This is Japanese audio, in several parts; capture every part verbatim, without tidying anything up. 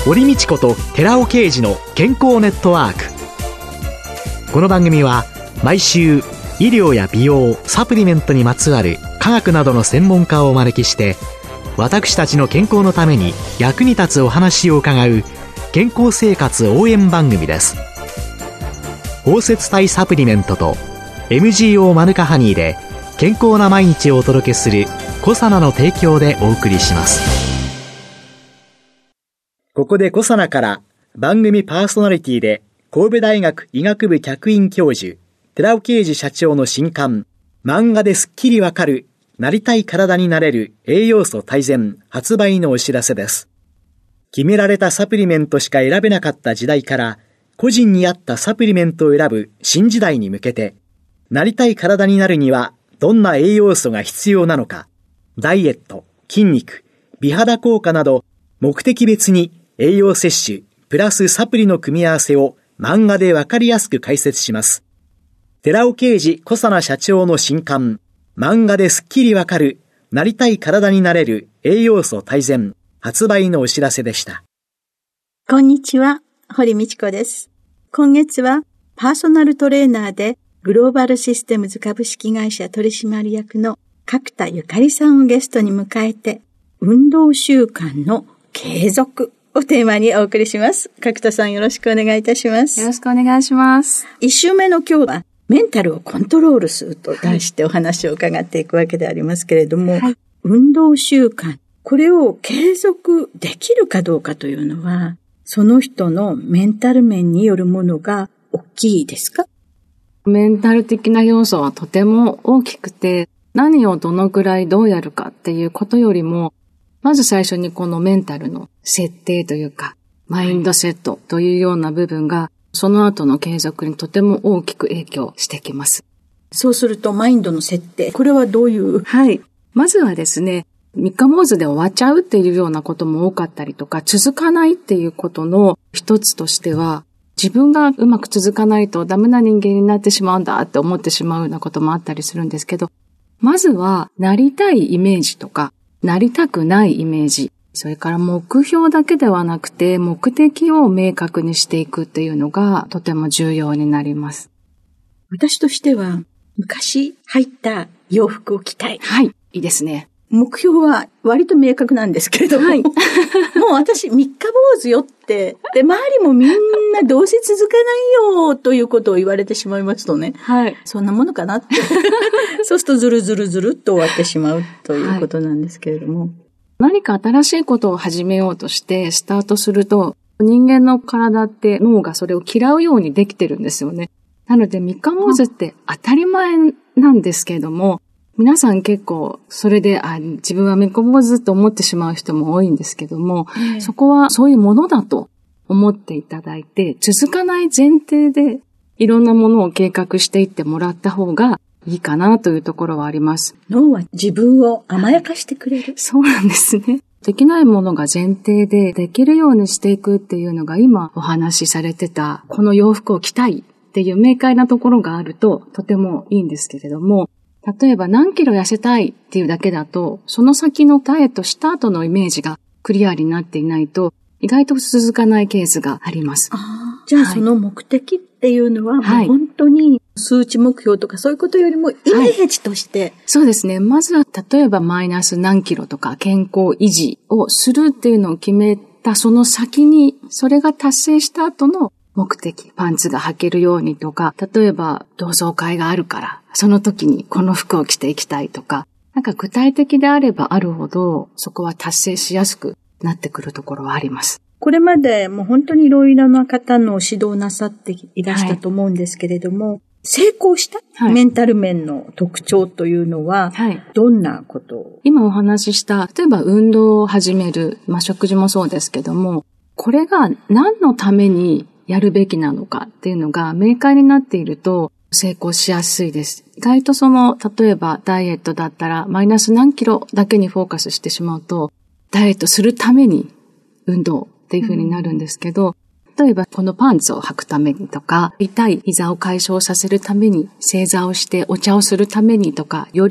堀道子と寺尾啓二の健康ネットワーク。この番組は毎週医療や美容、サプリメントにまつわる科学などの専門家をお招きして、私たちの健康のために役に立つお話を伺う健康生活応援番組です。包摂体サプリメントと エムジーオー マヌカハニーで健康な毎日をお届けするコサナの提供でお送りします。ここでコサナから番組パーソナリティで神戸大学医学部客員教授寺尾啓二社長の新刊、漫画ですっきりわかるなりたい体になれる栄養素大全発売のお知らせです。決められたサプリメントしか選べなかった時代から個人に合ったサプリメントを選ぶ新時代に向けて、なりたい体になるにはどんな栄養素が必要なのか、ダイエット、筋肉、美肌効果など目的別に栄養摂取プラスサプリの組み合わせを漫画でわかりやすく解説します。寺尾啓二小佐奈社長の新刊、漫画ですっきりわかるなりたい体になれる栄養素大全発売のお知らせでした。 こんにちは、堀道子です。今月はパーソナルトレーナーでグローバルシステムズ株式会社取締役の角田ゆかりさんをゲストに迎えて、運動習慣の継続をテーマにお送りします。角田さん、よろしくお願いいたします。 よろしくお願いします。 一週目の今日はメンタルをコントロールすると題してお話を伺っていくわけでありますけれども、はい、運動習慣、これを継続できるかどうかというのは、その人のメンタル面によるものが大きいですか？ メンタル的な要素はとても大きくて、何をどのくらいどうやるかっていうことよりも、まず最初にこのメンタルの設定というか、マインドセットというような部分が、その後の継続にとても大きく影響してきます。 そうするとマインドの設定、これはどういう？ はい。まずはですね、三日坊主で終わっちゃうっていうようなことも多かったりとか、続かないっていうことの一つとしては、自分がうまく続かないとダメな人間になってしまうんだって思ってしまうようなこともあったりするんですけど、まずはなりたいイメージとか、なりたくないイメージ、それから目標だけではなくて目的を明確にしていくっていうのがとても重要になります。 私としては昔入った洋服を着たい。 はい、いいですね。 目標は割と明確なんですけれども、はい、もう私三日坊主よって、で、周りもみんなどうせ続かないよということを言われてしまいますとね、はい、そんなものかなって。そうするとずるずるずるっと終わってしまうということなんですけれども。はい、 何か新しいことを始めようとしてスタートすると、人間の体って脳がそれを嫌うようにできてるんですよね。なので三日坊主って当たり前なんですけれども、皆さん結構それであ自分は三日坊主と思ってしまう人も多いんですけども、うん、そこはそういうものだと思っていただいて、続かない前提でいろんなものを計画していってもらった方がいいかなというところはあります。 脳は自分を甘やかしてくれる。 そうなんですね。できないものが前提でできるようにしていくっていうのが今お話しされてたこの洋服を着たいっていう明快なところがあるととてもいいんですけれども、例えば何キロ痩せたいっていうだけだと、その先のダイエットした後のイメージがクリアになっていないと、意外と続かないケースがあります。 あじゃあ、はい、その目的っていうのは、はい、もう本当に数値目標とかそういうことよりもイメージとして、はい、 そうですね。まずは例えばマイナス何キロとか健康維持をするっていうのを決めたその先に、それが達成した後の目的、パンツが履けるようにとか、例えば同窓会があるから、その時にこの服を着ていきたいとか、なんか具体的であればあるほど、そこは達成しやすくなってくるところはあります。 これまでもう本当にいろいろな方の指導なさっていらしたと思うんですけれども、はい、成功したメンタル面の特徴というのは、はい、どんなことを？ 今お話しした、例えば運動を始める、まあ食事もそうですけども、これが何のためにやるべきなのかっていうのが明快になっていると成功しやすいです。意外とその、例えばダイエットだったらマイナス何キロだけにフォーカスしてしまうと、ダイエットするために運動っていう風になるんですけど、うん、例えばこのパンツを履くためにとか、痛い膝を解消させるために正座をしてお茶をするためにとか、より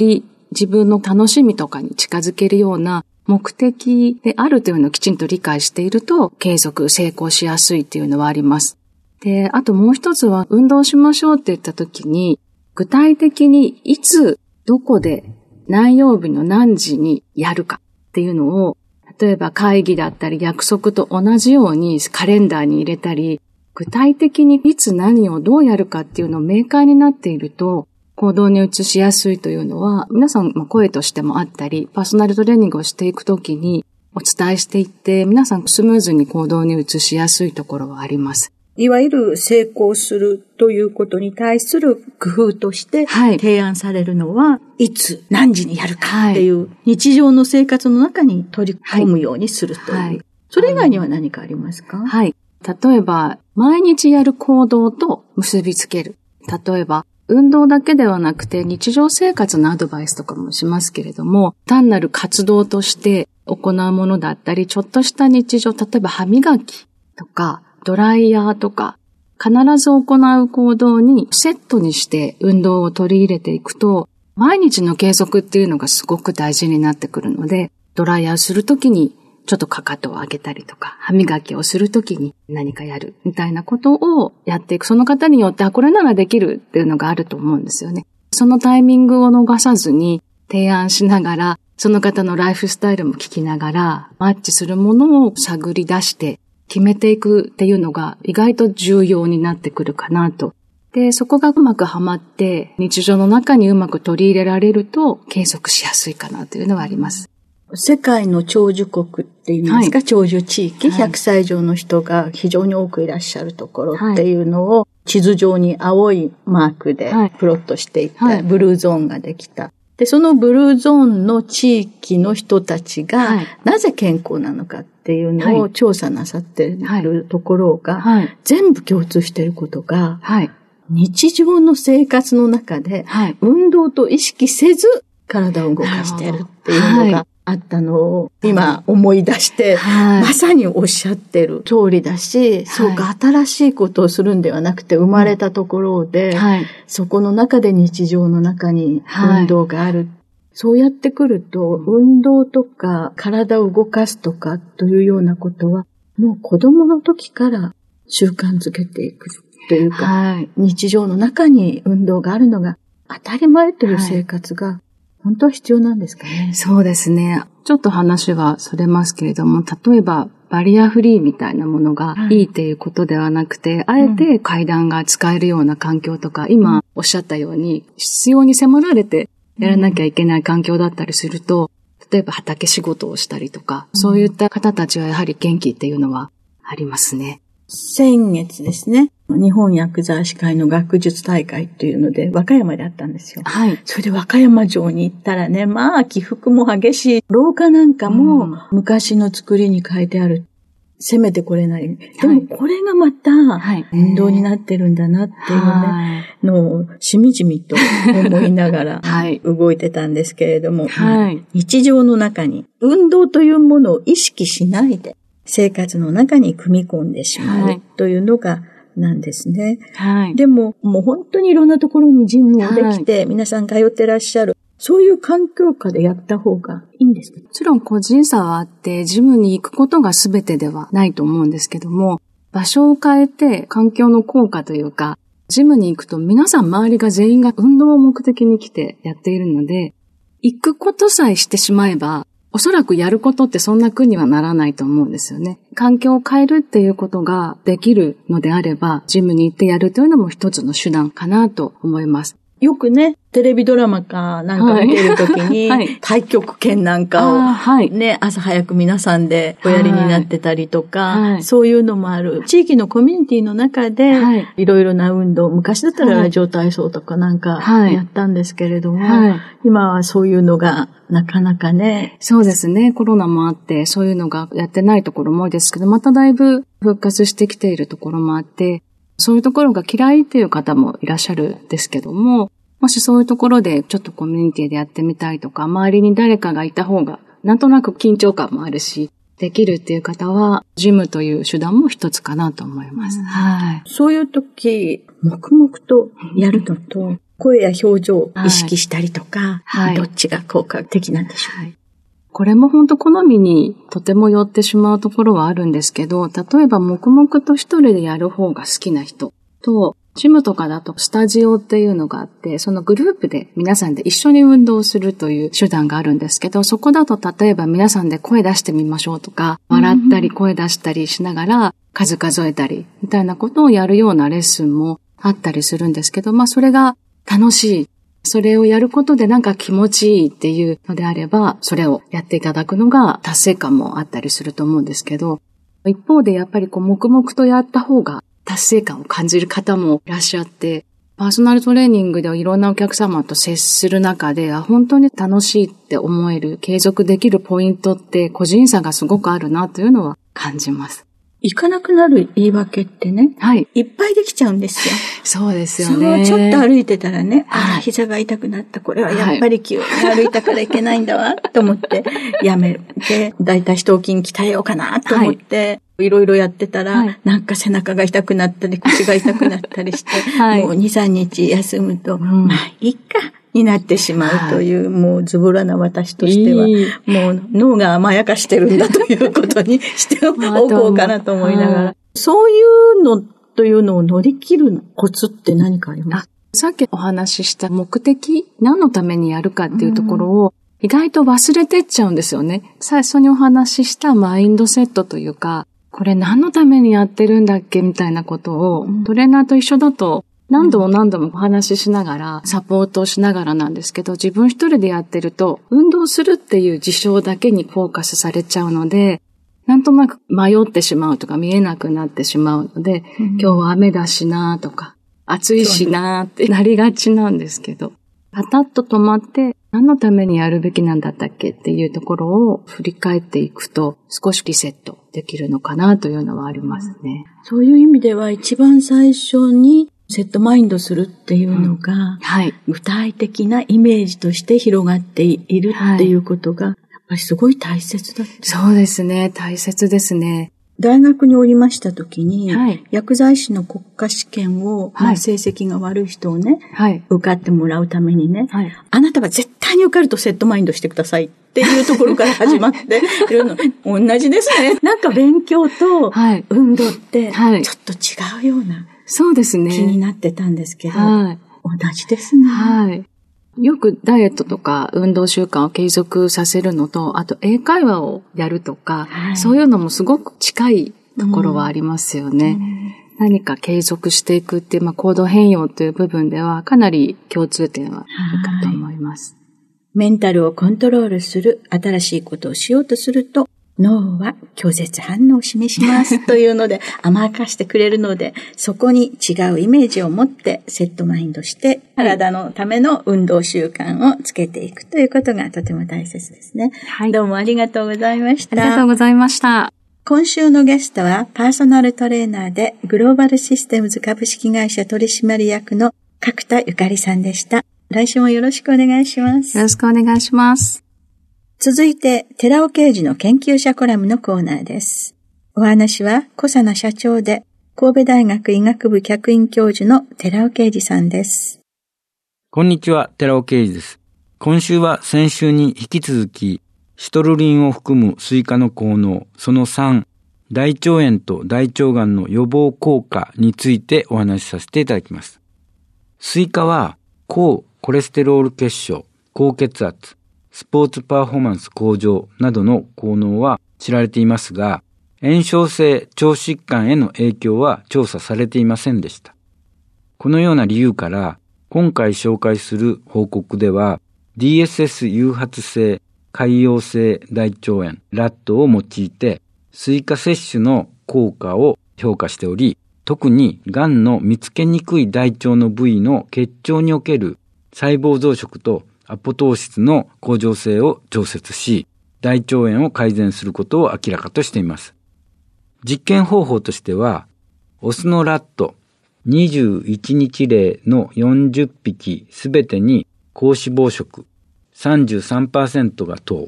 自分の楽しみとかに近づけるような目的であるというのをきちんと理解していると、継続、成功しやすいっていうのはあります。で、あともう一つは、運動しましょうって言った時に、具体的にいつ、どこで、何曜日の何時にやるかっていうのを、例えば会議だったり約束と同じようにカレンダーに入れたり、具体的にいつ何をどうやるかっていうのを明快になっていると、行動に移しやすいというのは、皆さん声としてもあったり、パーソナルトレーニングをしていくときにお伝えしていって、皆さんスムーズに行動に移しやすいところはあります。 いわゆる成功するということに対する工夫として提案されるのは、はい、いつ何時にやるかっていう日常の生活の中に取り込むようにするという。はいはい、それ以外には何かありますか？ はい。例えば、毎日やる行動と結びつける。例えば、運動だけではなくて日常生活のアドバイスとかもしますけれども、単なる活動として行うものだったり、ちょっとした日常、例えば歯磨きとかドライヤーとか、必ず行う行動にセットにして運動を取り入れていくと、毎日の継続っていうのがすごく大事になってくるので、ドライヤーするときにちょっとかかとを上げたりとか、歯磨きをするときに何かやるみたいなことをやっていく。その方によって、あ、これならできるっていうのがあると思うんですよね。そのタイミングを逃さずに提案しながら、その方のライフスタイルも聞きながら、マッチするものを探り出して決めていくっていうのが意外と重要になってくるかなと。で、そこがうまくはまって、日常の中にうまく取り入れられると継続しやすいかなというのはあります。 世界の長寿国っていうんですか、はい、長寿地域、ひゃくさい以上の人が非常に多くいらっしゃるところっていうのを地図上に青いマークでプロットしていった、はい、ブルーゾーンができた。で、そのブルーゾーンの地域の人たちがなぜ健康なのかっていうのを調査なさっているところが、全部共通していることが、日常の生活の中で運動と意識せず体を動かしているっていうのがあったのを今思い出して、はい、まさにおっしゃってる通りだし、はい、そうか、新しいことをするんではなくて生まれたところで、はい、そこの中で日常の中に運動がある。はい、そうやってくると、運動とか体を動かすとかというようなことは、もう子供の時から習慣づけていくというか、はい、日常の中に運動があるのが当たり前という生活が、はい本当は必要なんですかね。 そうですね。ちょっと話はそれますけれども、例えばバリアフリーみたいなものがいいっていうことではなくて、はい、あえて階段が使えるような環境とか、うん、今おっしゃったように必要に迫られてやらなきゃいけない環境だったりすると、例えば畑仕事をしたりとか、うん、そういった方たちはやはり元気っていうのはありますね。 先月ですね、日本薬剤師会の学術大会っていうので和歌山であったんですよ。はい。それで和歌山城に行ったらね、まあ起伏も激しい。廊下なんかも昔の作りに変えてある。攻めてこれない。でもこれがまた運動になってるんだなっていうね、のをしみじみと思いながら動いてたんですけれども、はい、日常の中に運動というものを意識しないで生活の中に組み込んでしまうというのがなんですね。はい。でも、もう本当にいろんなところにジムをできて、はい、皆さん通ってらっしゃる。そういう環境下でやった方がいいんですか？ もちろん個人差はあって、ジムに行くことが全てではないと思うんですけども、場所を変えて環境の効果というか、ジムに行くと皆さん周りが全員が運動を目的に来てやっているので、行くことさえしてしまえば、おそらくやることってそんな苦にはならないと思うんですよね。環境を変えるっていうことができるのであれば、ジムに行ってやるというのも一つの手段かなと思います。 よくね、テレビドラマかなんか見てるときに、はい、太極拳なんかを、はい、ね、朝早く皆さんでおやりになってたりとか、はい、そういうのもある。地域のコミュニティの中で、はい、いろいろな運動、昔だったらラジオ体操とかなんかやったんですけれども、はいはい、今はそういうのがなかなかね。 そうですね。コロナもあって、そういうのがやってないところも多いですけど、まただいぶ復活してきているところもあって、そういうところが嫌いっていう方もいらっしゃるんですけども、もしそういうところでちょっとコミュニティでやってみたいとか、周りに誰かがいた方が、なんとなく緊張感もあるし、 できるっていう方は、ジムという手段も一つかなと思います。うん、はい。 そういう時、黙々とやるのと、声や表情を意識したりとか、はい、どっちが効果的なんでしょうね。はい、 これも本当好みにとても寄ってしまうところはあるんですけど、例えば黙々と一人でやる方が好きな人と、ジムとかだとスタジオっていうのがあって、そのグループで皆さんで一緒に運動するという手段があるんですけど、そこだと例えば皆さんで声出してみましょうとか、笑ったり声出したりしながら数数えたりみたいなことをやるようなレッスンもあったりするんですけど、まあそれが楽しい。それをやることでなんか気持ちいいっていうのであれば、それをやっていただくのが達成感もあったりすると思うんですけど、一方でやっぱりこう黙々とやった方が達成感を感じる方もいらっしゃって、パーソナルトレーニングでいろんなお客様と接する中で、本当に楽しいって思える、継続できるポイントって個人差がすごくあるなというのは感じます。 行かなくなる言い訳ってね、はい。いっぱいできちゃうんですよ。 そうですよね。 そう、ちょっと歩いてたらね、ああ、膝が痛くなった。これはやっぱり急に歩いたからいけないんだわ、と思って、やめて、だいたい四頭筋鍛えようかな、と思って、はい、いろいろやってたら、はい、なんか背中が痛くなったり、腰が痛くなったりして、はい、もうに、さんにち休むと、うん、まあ、いいか。になってしまうという、はい、もうズボラな私としては、いいもう脳が甘やかしてるんだということにしておこうかなと思いながら。そういうのというのを乗り切るコツって何かありますか？ さっきお話しした目的、何のためにやるかっていうところを意外と忘れてっちゃうんですよね。最初にお話ししたマインドセットというか、これ何のためにやってるんだっけみたいなことを、うん、トレーナーと一緒だと何度も何度もお話ししながら、サポートをしながらなんですけど、自分一人でやってると、運動するっていう事象だけにフォーカスされちゃうので、なんとなく迷ってしまうとか見えなくなってしまうので、うん、今日は雨だしなとか、暑いしなってなりがちなんですけど、パタッと止まって、何のためにやるべきなんだったっけっていうところを振り返っていくと、少しリセットできるのかなというのはありますね。 そういう意味では一番最初に、セットマインドするっていうのが、うんはい、具体的なイメージとして広がっているっていうことが、やっぱりすごい大切だって。 そうですね。大切ですね。 大学におりましたときに、はい、薬剤師の国家試験を、はいまあ、成績が悪い人をね、はい、受かってもらうためにね、はい、あなたは絶対に受かるとセットマインドしてくださいっていうところから始まっているの。同じですね。なんか勉強と運動って、ちょっと違うような。 そうですね。 気になってたんですけど、はい、同じですね。 はい。よくダイエットとか運動習慣を継続させるのと、あと英会話をやるとか、はい、そういうのもすごく近いところはありますよね。うん、何か継続していくっていう、まあ、行動変容という部分ではかなり共通点はあるかと思います。 はい、メンタルをコントロールする、新しいことをしようとすると、脳は拒絶反応を示しますというので甘やかしてくれるので、そこに違うイメージを持ってセットマインドして体のための運動習慣をつけていくということがとても大切ですね。はい。どうもありがとうございました。 ありがとうございました。 今週のゲストはパーソナルトレーナーでグローバルシステムズ株式会社取締役の角田ゆかりさんでした。来週もよろしくお願いします。 よろしくお願いします。 続いて、寺尾啓二の研究者コラムのコーナーです。お話は、小佐奈社長で、神戸大学医学部客員教授の寺尾啓二さんです。 こんにちは、寺尾啓二です。今週は先週に引き続き、シトルリンを含むスイカの効能、そのさん、大腸炎と大腸がんの予防効果についてお話しさせていただきます。スイカは、高コレステロール血症、高血圧、スポーツパフォーマンス向上などの効能は知られていますが、炎症性腸疾患への影響は調査されていませんでした。このような理由から、今回紹介する報告では、ディーエスエス 誘発性潰瘍性大腸炎ラットを用いて、スイカ摂取の効果を評価しており、特にがんの見つけにくい大腸の部位の血腸における細胞増殖とアポトーシスの向上性を調節し、大腸炎を改善することを明らかとしています。実験方法としては、オスのラットにじゅういちにち例のよんじゅっぴきすべてに高脂肪食 さんじゅうさんパーセント が糖、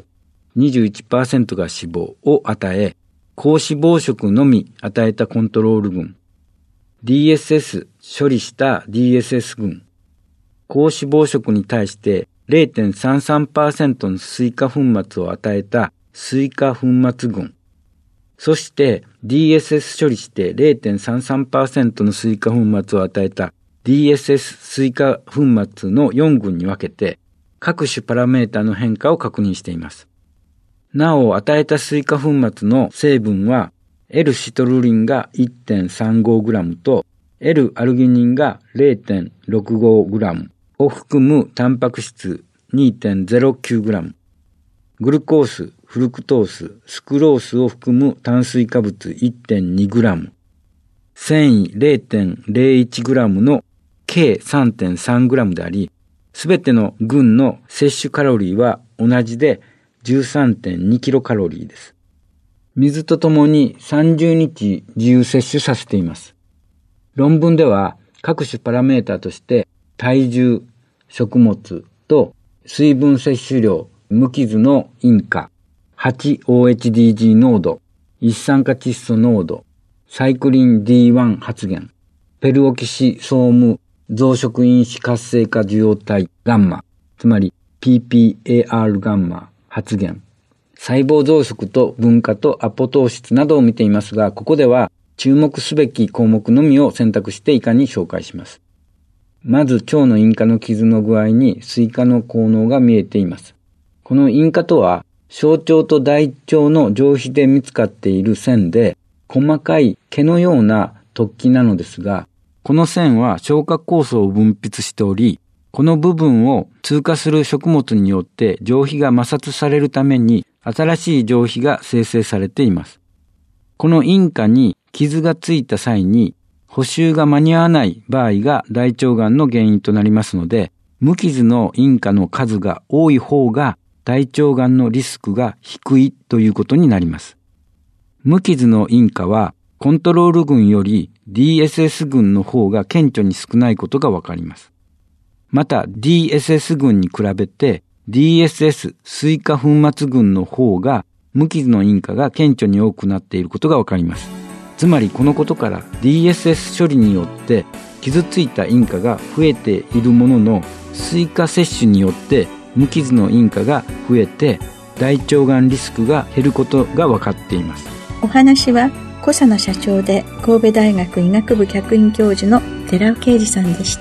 にじゅういちパーセント が脂肪を与え、高脂肪食のみ与えたコントロール群、ディーエスエス 処理した ディーエスエス 群、高脂肪食に対して ゼロてんさんさんパーセント のスイカ粉末を与えたスイカ粉末群、そして ディーエスエス 処理して ゼロてんさんさんパーセント のスイカ粉末を与えた ディーエスエス スイカ粉末のよん群に分けて各種パラメータの変化を確認しています。なお、与えたスイカ粉末の成分は L シトルリンが いってんさんごグラム と L アルギニンが ゼロてんろくごグラム を含むタンパク質 にてんゼロきゅうグラム、グルコース、フルクトース、スクロースを含む炭水化物 いってんにグラム、繊維 ゼロてんゼロいちグラム の計 さんてんさんグラム であり、すべての群の摂取カロリーは同じで じゅうさんてんにキロカロリーです。水とともにさんじゅうにち自由摂取させています。論文では各種パラメータとして体重、食物と水分摂取量、無傷の因果、はちオーエイチディージー 濃度、一酸化窒素濃度、サイクリン ディーワン 発現、ペルオキシソーム増殖因子活性化受容体ガンマ、つまり ピーピーエーアール ガンマ発現、細胞増殖と分化とアポトーシスなどを見ていますが、ここでは注目すべき項目のみを選択して以下に紹介します。まず腸の因果の傷の具合にスイカの効能が見えています。この因果とは小腸と大腸の上皮で見つかっている線で細かい毛のような突起なのですが、この線は消化酵素を分泌しており、この部分を通過する食物によって上皮が摩擦されるために新しい上皮が生成されています。この因果に傷がついた際に補修が間に合わない場合が大腸がんの原因となりますので、無傷の因果の数が多い方が大腸がんのリスクが低いということになります。無傷の因果はコントロール群より ディーエスエス 群の方が顕著に少ないことがわかります。また ディーエスエス 群に比べて ディーエスエス スイカ粉末群の方が無傷の因果が顕著に多くなっていることがわかります。つまりこのことから ディーエスエス 処理によって傷ついた因果が増えているものの、スイカ摂取によって無傷の因果が増えて大腸がんリスクが減ることが分かっています。 お話は小佐野社長で神戸大学医学部客員教授の寺尾啓二さんでした。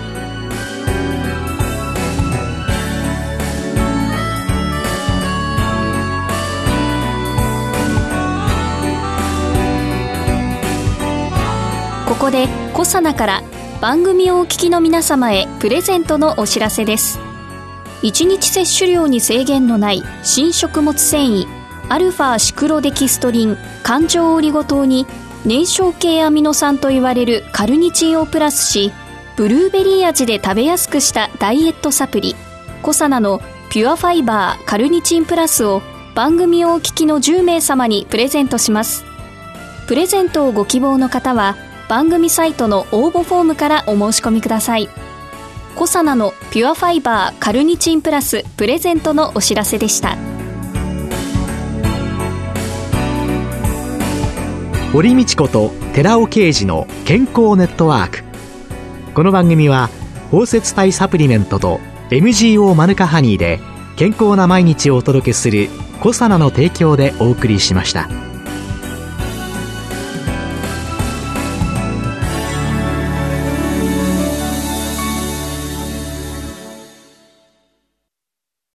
ここでコサナから番組をお聞きの皆様へプレゼントのお知らせです。いちにち摂取量に制限のない新食物繊維アルファシクロデキストリン環状オリゴ糖に燃焼系アミノ酸といわれるカルニチンをプラスし、ブルーベリー味で食べやすくしたダイエットサプリコサナのピュアファイバーカルニチンプラスを番組をお聞きのじゅうめいさまにプレゼントします。プレゼントをご希望の方は番組サイトの応募フォームからお申し込みください。コサナのピュアファイバーカルニチンプラスプレゼントのお知らせでした。 堀道子と寺尾啓二の健康ネットワーク。この番組は包摂体サプリメントと エムジーオー マヌカハニーで健康な毎日をお届けするコサナの提供でお送りしました。